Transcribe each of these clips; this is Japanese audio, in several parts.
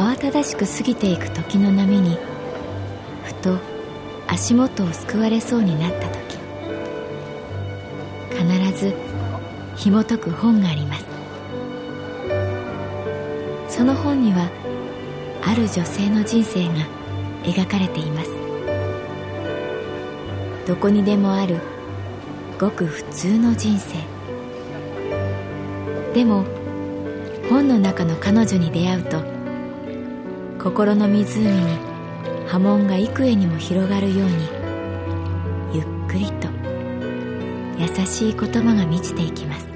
慌ただしく過ぎていく時の波にふと足元をすくわれそうになった時、必ず紐解く本があります。その本にはある女性の人生が描かれています。どこにでもあるごく普通の人生。でも本の中の彼女に出会うと、心の湖に波紋が幾重にも広がるように、ゆっくりと優しい言葉が満ちていきます。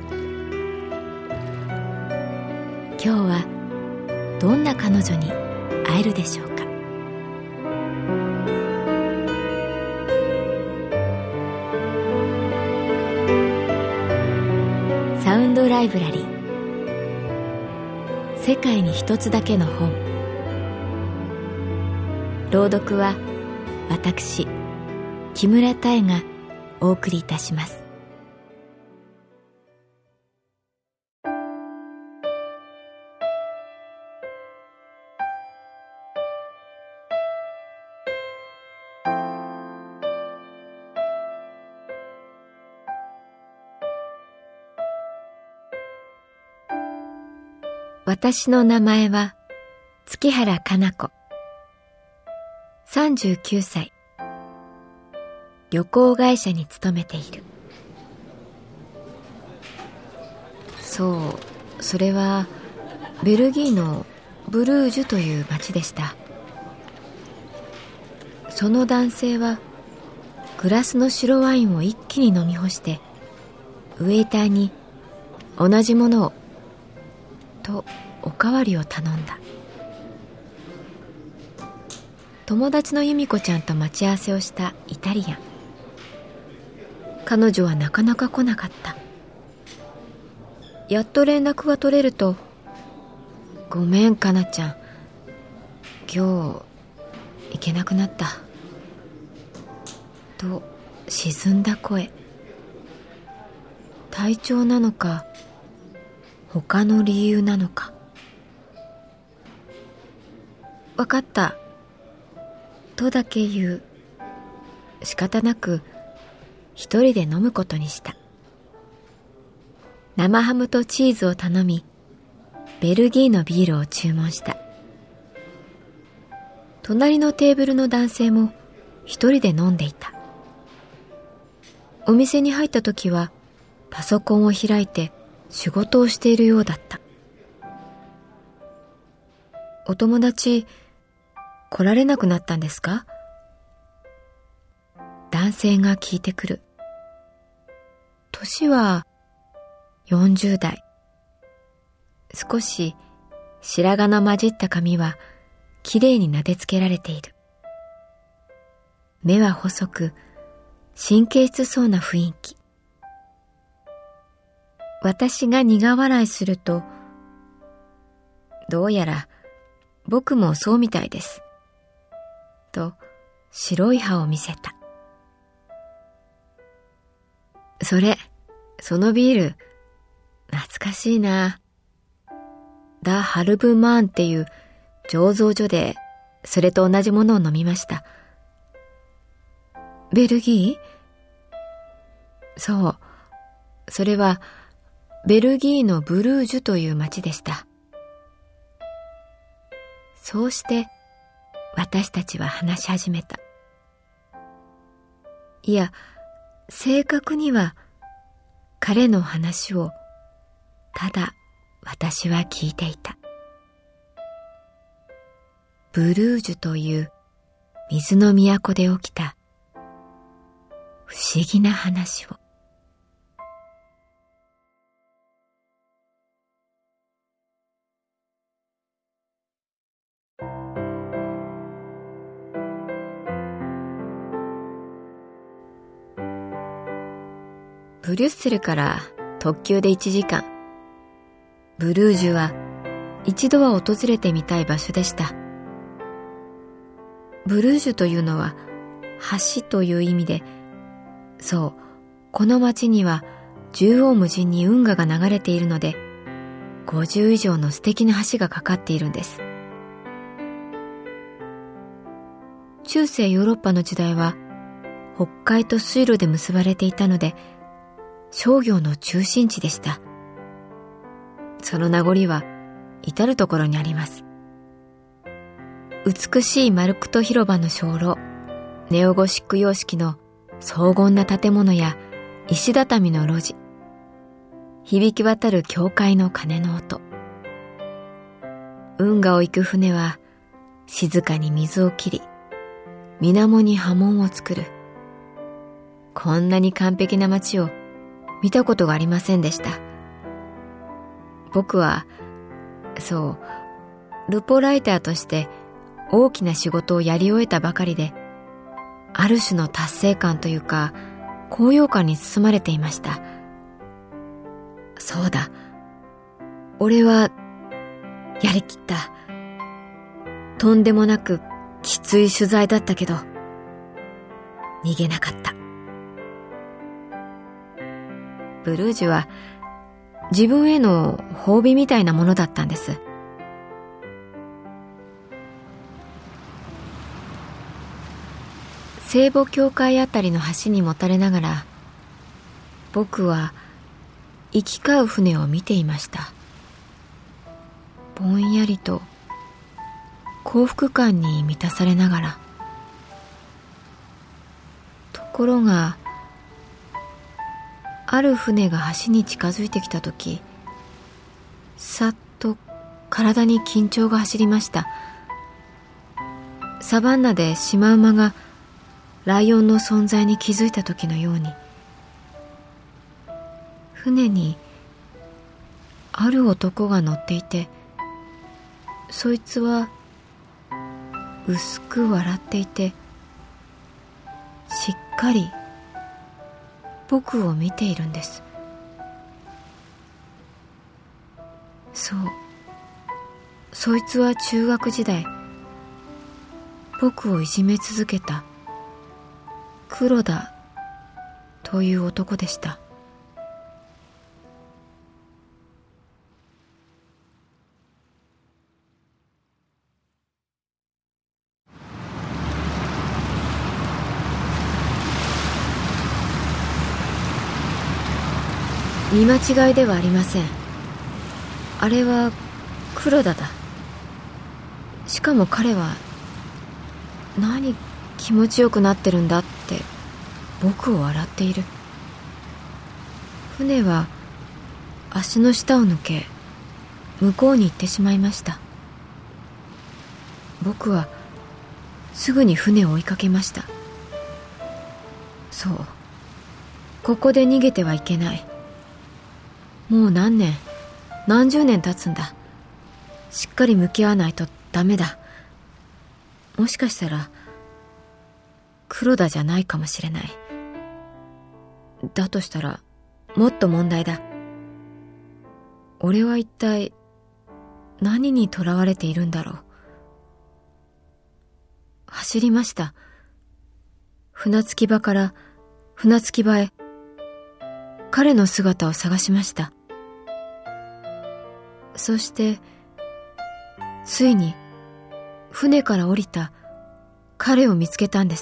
今日はどんな彼女に会えるでしょうか。サウンドライブラリー、世界に一つだけの本。朗読は私木村多江がお送りいたします。私の名前は月原かな子。39歳。旅行会社に勤めている。そう、それはベルギーのブルージュという町でした。その男性はグラスの白ワインを一気に飲み干して、ウェイターに同じものをとおかわりを頼んだ。友達の由美子ちゃんと待ち合わせをしたイタリアン。彼女はなかなか来なかった。やっと連絡が取れると、ごめんかなちゃん、今日行けなくなったと沈んだ声。体調なのか他の理由なのか。わかったとだけ言う。仕方なく一人で飲むことにした。生ハムとチーズを頼み、ベルギーのビールを注文した。隣のテーブルの男性も一人で飲んでいた。お店に入った時はパソコンを開いて仕事をしているようだった。お友達来られなくなったんですか？男性が聞いてくる。年は40代。少し白髪の混じった髪はきれいに撫でつけられている。目は細く神経質そうな雰囲気。私が苦笑いすると、どうやら僕もそうみたいですと白い歯を見せた。そのビール懐かしいな。ダ・ハルブマーンっていう醸造所でそれと同じものを飲みました。ベルギー？そう、それはベルギーのブルージュという町でした。そうして私たちは話し始めた。いや、正確には彼の話をただ私は聞いていた。ブルージュという水の都で起きた不思議な話を。ブリュッセルから特急で1時間。ブルージュは一度は訪れてみたい場所でした。ブルージュというのは橋という意味で、そう、この町には縦横無尽に運河が流れているので、50以上の素敵な橋がかかっているんです。 中世ヨーロッパの時代は北海と水路で結ばれていたので、商業の中心地でした。その名残は至るところにあります。美しい丸太広場の鐘楼、ネオゴシック様式の荘厳な建物や石畳の路地、響き渡る教会の鐘の音。運河を行く船は静かに水を切り、水面に波紋を作る。こんなに完璧な街を見たことがありませんでした。僕は、ルポライターとして大きな仕事をやり終えたばかりで、ある種の達成感というか、高揚感に包まれていました。そうだ。俺は、やりきった。とんでもなくきつい取材だったけど、逃げなかった。ブルージュは自分への褒美みたいなものだったんです。聖母教会あたりの橋にもたれながら、僕は行き交う船を見ていました。ぼんやりと幸福感に満たされながら。ところが、ある船が橋に近づいてきたとき、さっと体に緊張が走りました。サバンナでシマウマがライオンの存在に気づいた時のように、船にある男が乗っていて、そいつは薄く笑っていて、しっかり僕を見ているんです。そう、そいつは中学時代、僕をいじめ続けた黒田という男でした。見間違いではありません。あれは黒田だ。しかも彼は何気持ちよくなってるんだって僕を笑っている。船は足の下を抜け向こうに行ってしまいました。僕はすぐに船を追いかけました。そう、ここで逃げてはいけない。もう何年何十年経つんだ。しっかり向き合わないとダメだ。もしかしたら黒田じゃないかもしれない。だとしたらもっと問題だ。俺は一体何に囚われているんだろう。走りました。船着き場から船着き場へ。彼の姿を探しました。そしてついに船から降りた彼を見つけたんです。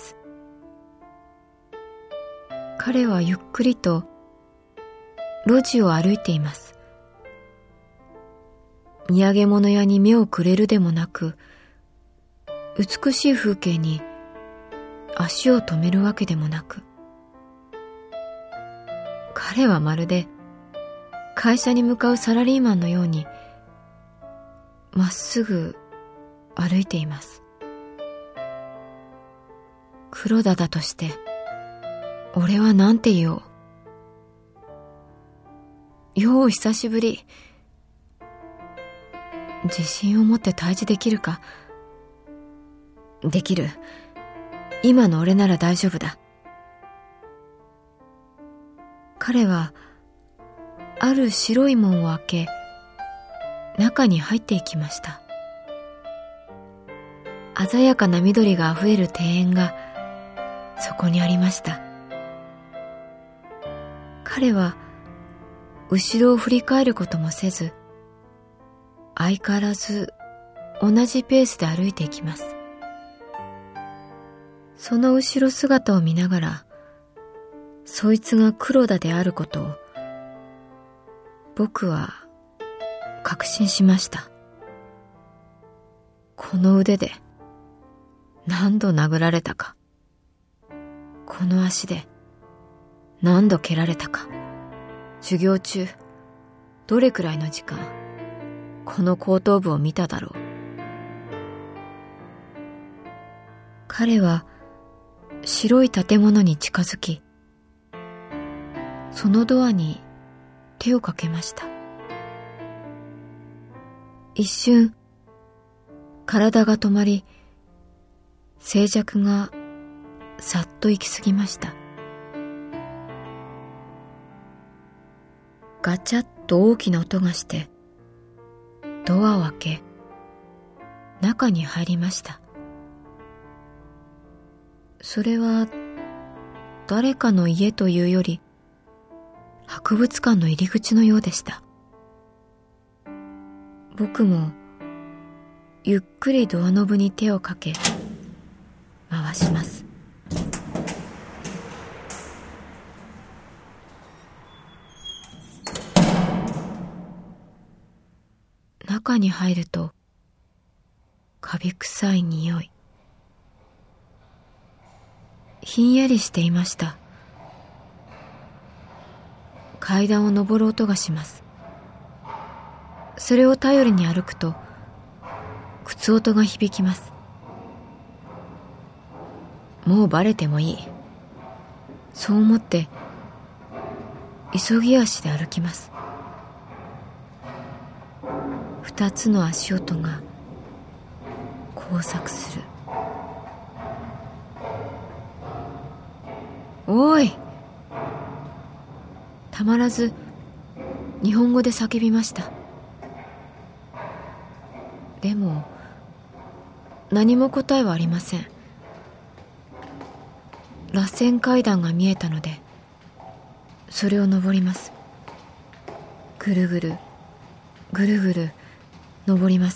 彼はゆっくりと路地を歩いています。土産物屋に目をくれるでもなく、美しい風景に足を止めるわけでもなく、彼はまるで会社に向かうサラリーマンのようにまっすぐ歩いています。黒田だとして俺はなんて言おう。よう久しぶり。自信を持って対峙できるか。できる。今の俺なら大丈夫だ。彼はある白い門を開け、中に入っていきました。鮮やかな緑があふれる庭園がそこにありました。彼は後ろを振り返ることもせず、相変わらず同じペースで歩いていきます。 その後ろ姿を見ながら、そいつが黒田であることを、僕は確信しました。この腕で何度殴られたか、この足で何度蹴られたか、授業中どれくらいの時間この後頭部を見ただろう。彼は白い建物に近づき、そのドアに手をかけました。一瞬体が止まり、静寂がさっと行き過ぎました。ガチャッと大きな音がして、ドアを開け、中に入りました。それは誰かの家というより、博物館の入り口のようでした。僕もゆっくりドアノブに手をかけ、回します。中に入ると、カビ臭い匂い。ひんやりしていました。階段を上る音がします。それを頼りに歩くと、靴音が響きます。もうバレてもいい。そう思って、急ぎ足で歩きます。二つの足音が交錯する。おい！たまらず日本語で叫びました。でも何も答えはありません。螺旋階段が見えたので、それを登ります。ぐるぐるぐるぐる登ります。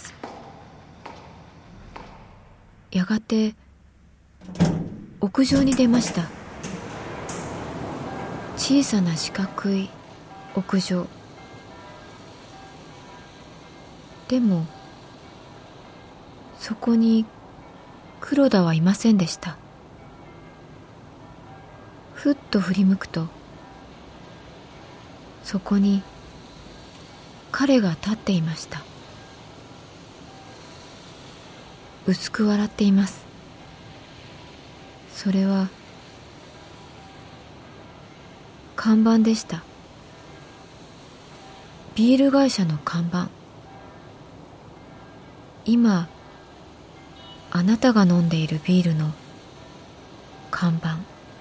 やがて屋上に出ました。小さな四角い屋上。でもそこに黒田はいませんでした。ふっと振り向くと、そこに彼が立っていました。薄く笑っています。それは看板でした。ビール会社の看板。今あなたが飲んでいるビールの看板。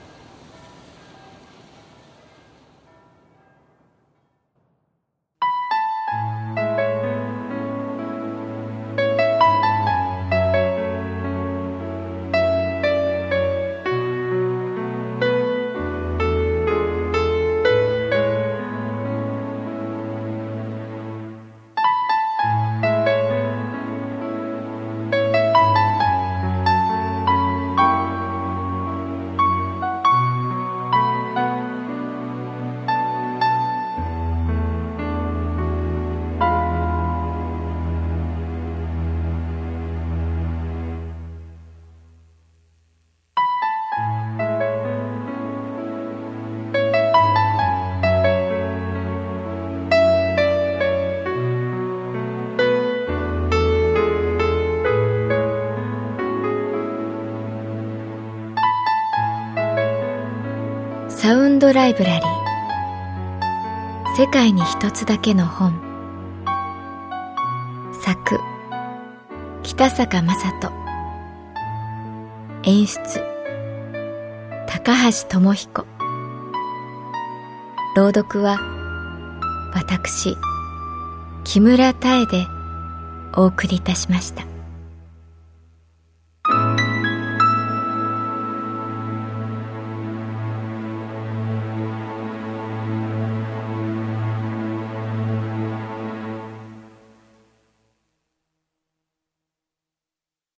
サウンドライブラリー。世界に一つだけの本。作北坂雅人。演出高橋智彦。朗読は私木村多江でお送りいたしました。